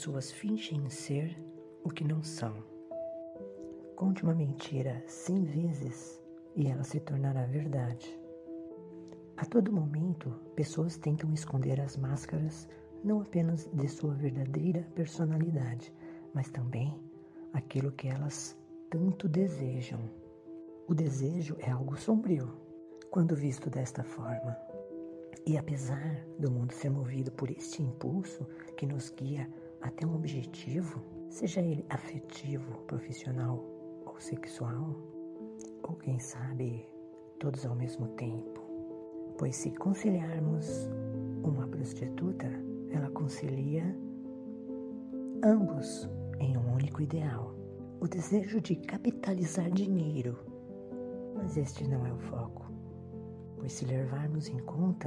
pessoas fingem ser o que não são. Conte uma mentira 100 vezes e ela se tornará verdade. A todo momento, pessoas tentam esconder as máscaras não apenas de sua verdadeira personalidade, mas também aquilo que elas tanto desejam. O desejo é algo sombrio, quando visto desta forma. E apesar do mundo ser movido por este impulso que nos guia até um objetivo, seja ele afetivo, profissional ou sexual, ou quem sabe, todos ao mesmo tempo. Pois se conciliarmos uma prostituta, ela concilia ambos em um único ideal, o desejo de capitalizar dinheiro. Mas este não é o foco, pois se levarmos em conta,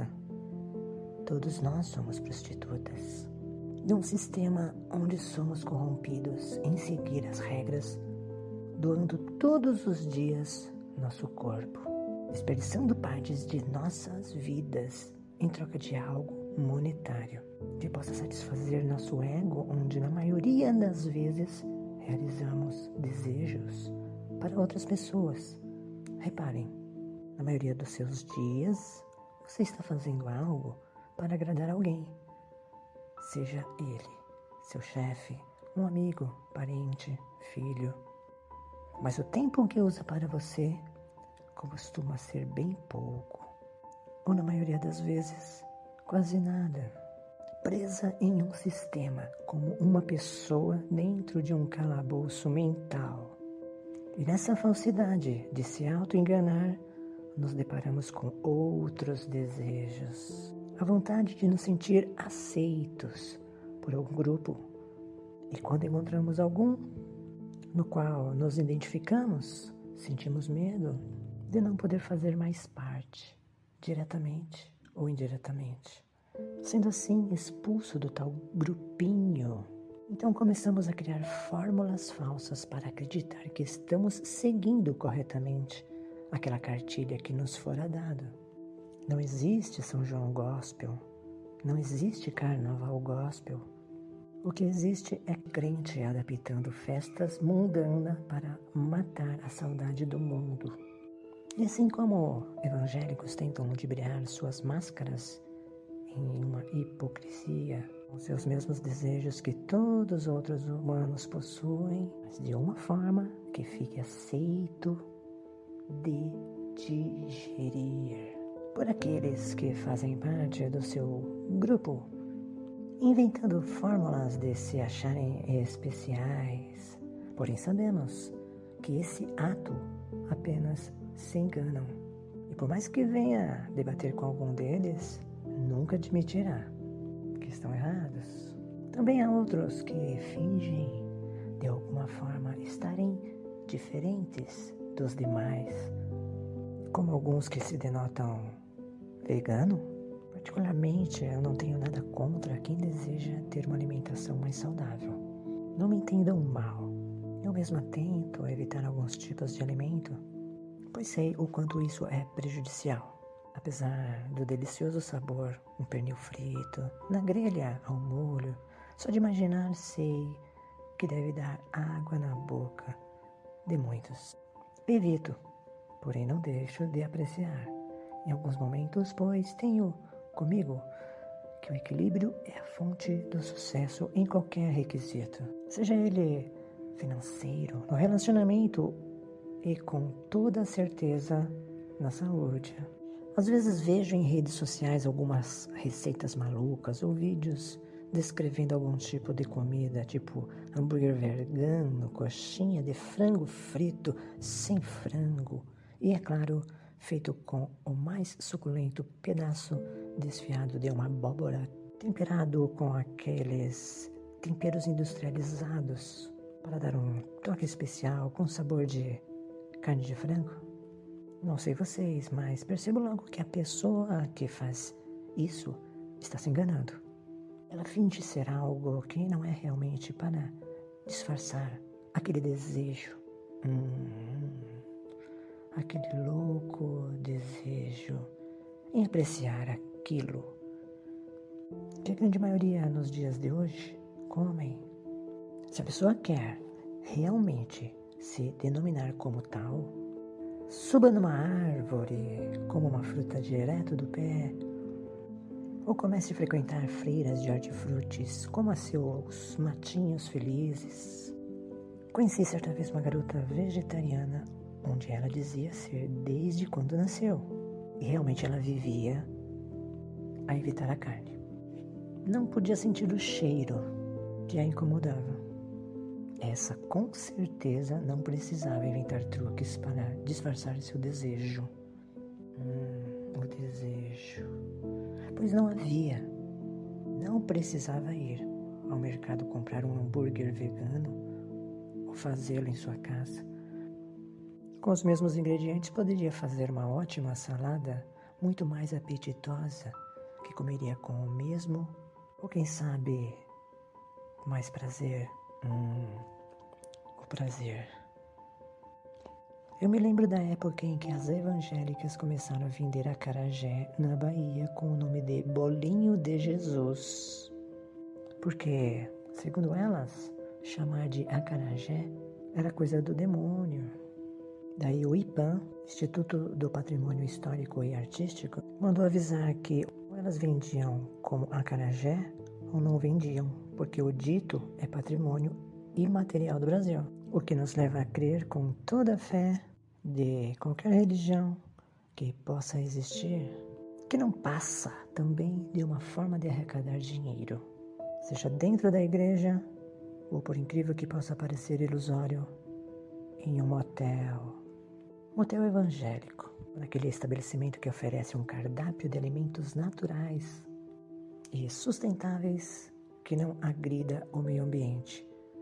todos nós somos prostitutas, de um sistema onde somos corrompidos em seguir as regras, doando todos os dias nosso corpo, desperdiçando partes de nossas vidas em troca de algo monetário, que possa satisfazer nosso ego, onde na maioria das vezes realizamos desejos para outras pessoas. Reparem, na maioria dos seus dias, você está fazendo algo para agradar alguém, seja ele, seu chefe, um amigo, parente, filho. Mas o tempo que usa para você costuma ser bem pouco, ou na maioria das vezes, quase nada. Presa em um sistema, como uma pessoa dentro de um calabouço mental. E nessa falsidade de se auto-enganar, nos deparamos com outros desejos. A vontade de nos sentir aceitos por algum grupo. E quando encontramos algum no qual nos identificamos, sentimos medo de não poder fazer mais parte, diretamente ou indiretamente, sendo assim expulso do tal grupinho. Então começamos a criar fórmulas falsas para acreditar que estamos seguindo corretamente aquela cartilha que nos fora dada. Não existe São João Gospel, não existe Carnaval Gospel. O que existe é crente adaptando festas mundanas para matar a saudade do mundo. E assim como evangélicos tentam ludibriar suas máscaras em uma hipocrisia, com seus mesmos desejos que todos os outros humanos possuem, mas de uma forma que fique aceito de digerir por aqueles que fazem parte do seu grupo, inventando fórmulas de se acharem especiais. Porém sabemos que esse ato apenas se enganam. E por mais que venha debater com algum deles, nunca admitirá que estão errados. Também há outros que fingem, de alguma forma, estarem diferentes dos demais, como alguns que se denotam vegano. Particularmente, eu não tenho nada contra quem deseja ter uma alimentação mais saudável. Não me entendam mal. Eu mesma tento evitar alguns tipos de alimento, pois sei o quanto isso é prejudicial. Apesar do delicioso sabor, um pernil frito, na grelha ao molho, só de imaginar sei que deve dar água na boca de muitos. Evito, porém não deixo de apreciar. Em alguns momentos, pois, tenho comigo que o equilíbrio é a fonte do sucesso em qualquer requisito, seja ele financeiro, no relacionamento e com toda certeza na saúde. Às vezes vejo em redes sociais algumas receitas malucas ou vídeos descrevendo algum tipo de comida, tipo hambúrguer vegano, coxinha de frango frito, sem frango. E é claro, feito com o mais suculento pedaço desfiado de uma abóbora, temperado com aqueles temperos industrializados para dar um toque especial com sabor de carne de frango. Não sei vocês, mas percebo logo que a pessoa que faz isso está se enganando. Ela finge ser algo que não é realmente para disfarçar aquele desejo. Aquele louco desejo em apreciar aquilo que a grande maioria nos dias de hoje comem Se a pessoa quer realmente se denominar como tal, suba numa árvore, coma uma fruta direto do pé, ou comece a frequentar feiras de hortifrutis, coma seus matinhos felizes. Conheci certa vez uma garota vegetariana, onde ela dizia ser desde quando nasceu, e realmente ela vivia a evitar a carne. Não podia sentir o cheiro que a incomodava. Essa com certeza não precisava inventar truques para disfarçar seu desejo. O desejo. Pois não havia. Não precisava ir ao mercado comprar um hambúrguer vegano ou fazê-lo em sua casa. Com os mesmos ingredientes, poderia fazer uma ótima salada, muito mais apetitosa, que comeria com o mesmo, ou quem sabe, com mais prazer. O prazer. Eu me lembro da época em que as evangélicas começaram a vender acarajé na Bahia com o nome de Bolinho de Jesus. Porque, segundo elas, chamar de acarajé era coisa do demônio. Daí o IPAM, Instituto do Patrimônio Histórico e Artístico, mandou avisar que ou elas vendiam como acarajé ou não vendiam, porque o dito é patrimônio imaterial do Brasil. O que nos leva a crer com toda a fé de qualquer religião que possa existir, que não passa também de uma forma de arrecadar dinheiro, seja dentro da igreja ou, por incrível que possa parecer ilusório, em um motel evangélico, naquele estabelecimento que oferece um cardápio de alimentos naturais e sustentáveis que não agrida o meio ambiente,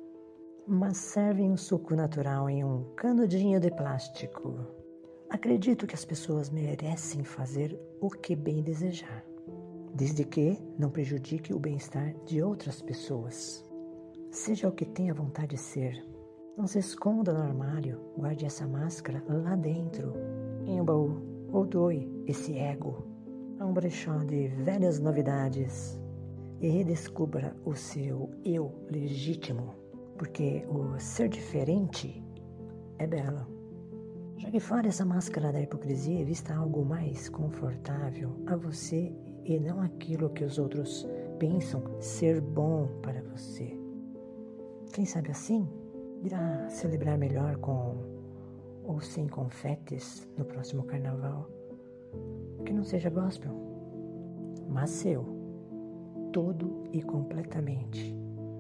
mas servem um suco natural em um canudinho de plástico. Acredito que as pessoas merecem fazer o que bem desejar, desde que não prejudique o bem-estar de outras pessoas. Seja o que tenha vontade de ser. Não se esconda no armário, guarde essa máscara lá dentro, em um baú, ou doe esse ego a um brechó de velhas novidades e redescubra o seu eu legítimo, porque o ser diferente é belo. Jogue fora essa máscara da hipocrisia e vista algo mais confortável a você e não aquilo que os outros pensam ser bom para você. Quem sabe assim irá celebrar melhor com ou sem confetes no próximo carnaval. Que não seja gospel, mas seu, todo e completamente.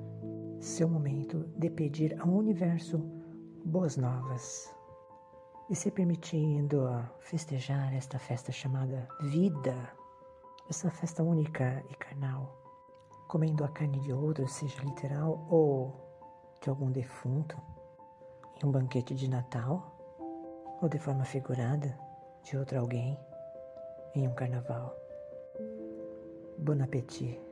Seu momento de pedir ao universo boas novas e se permitindo festejar esta festa chamada vida, essa festa única e carnal, comendo a carne de outro, seja literal ou de algum defunto, em um banquete de Natal, ou de forma figurada de outro alguém em um carnaval. Bon appétit.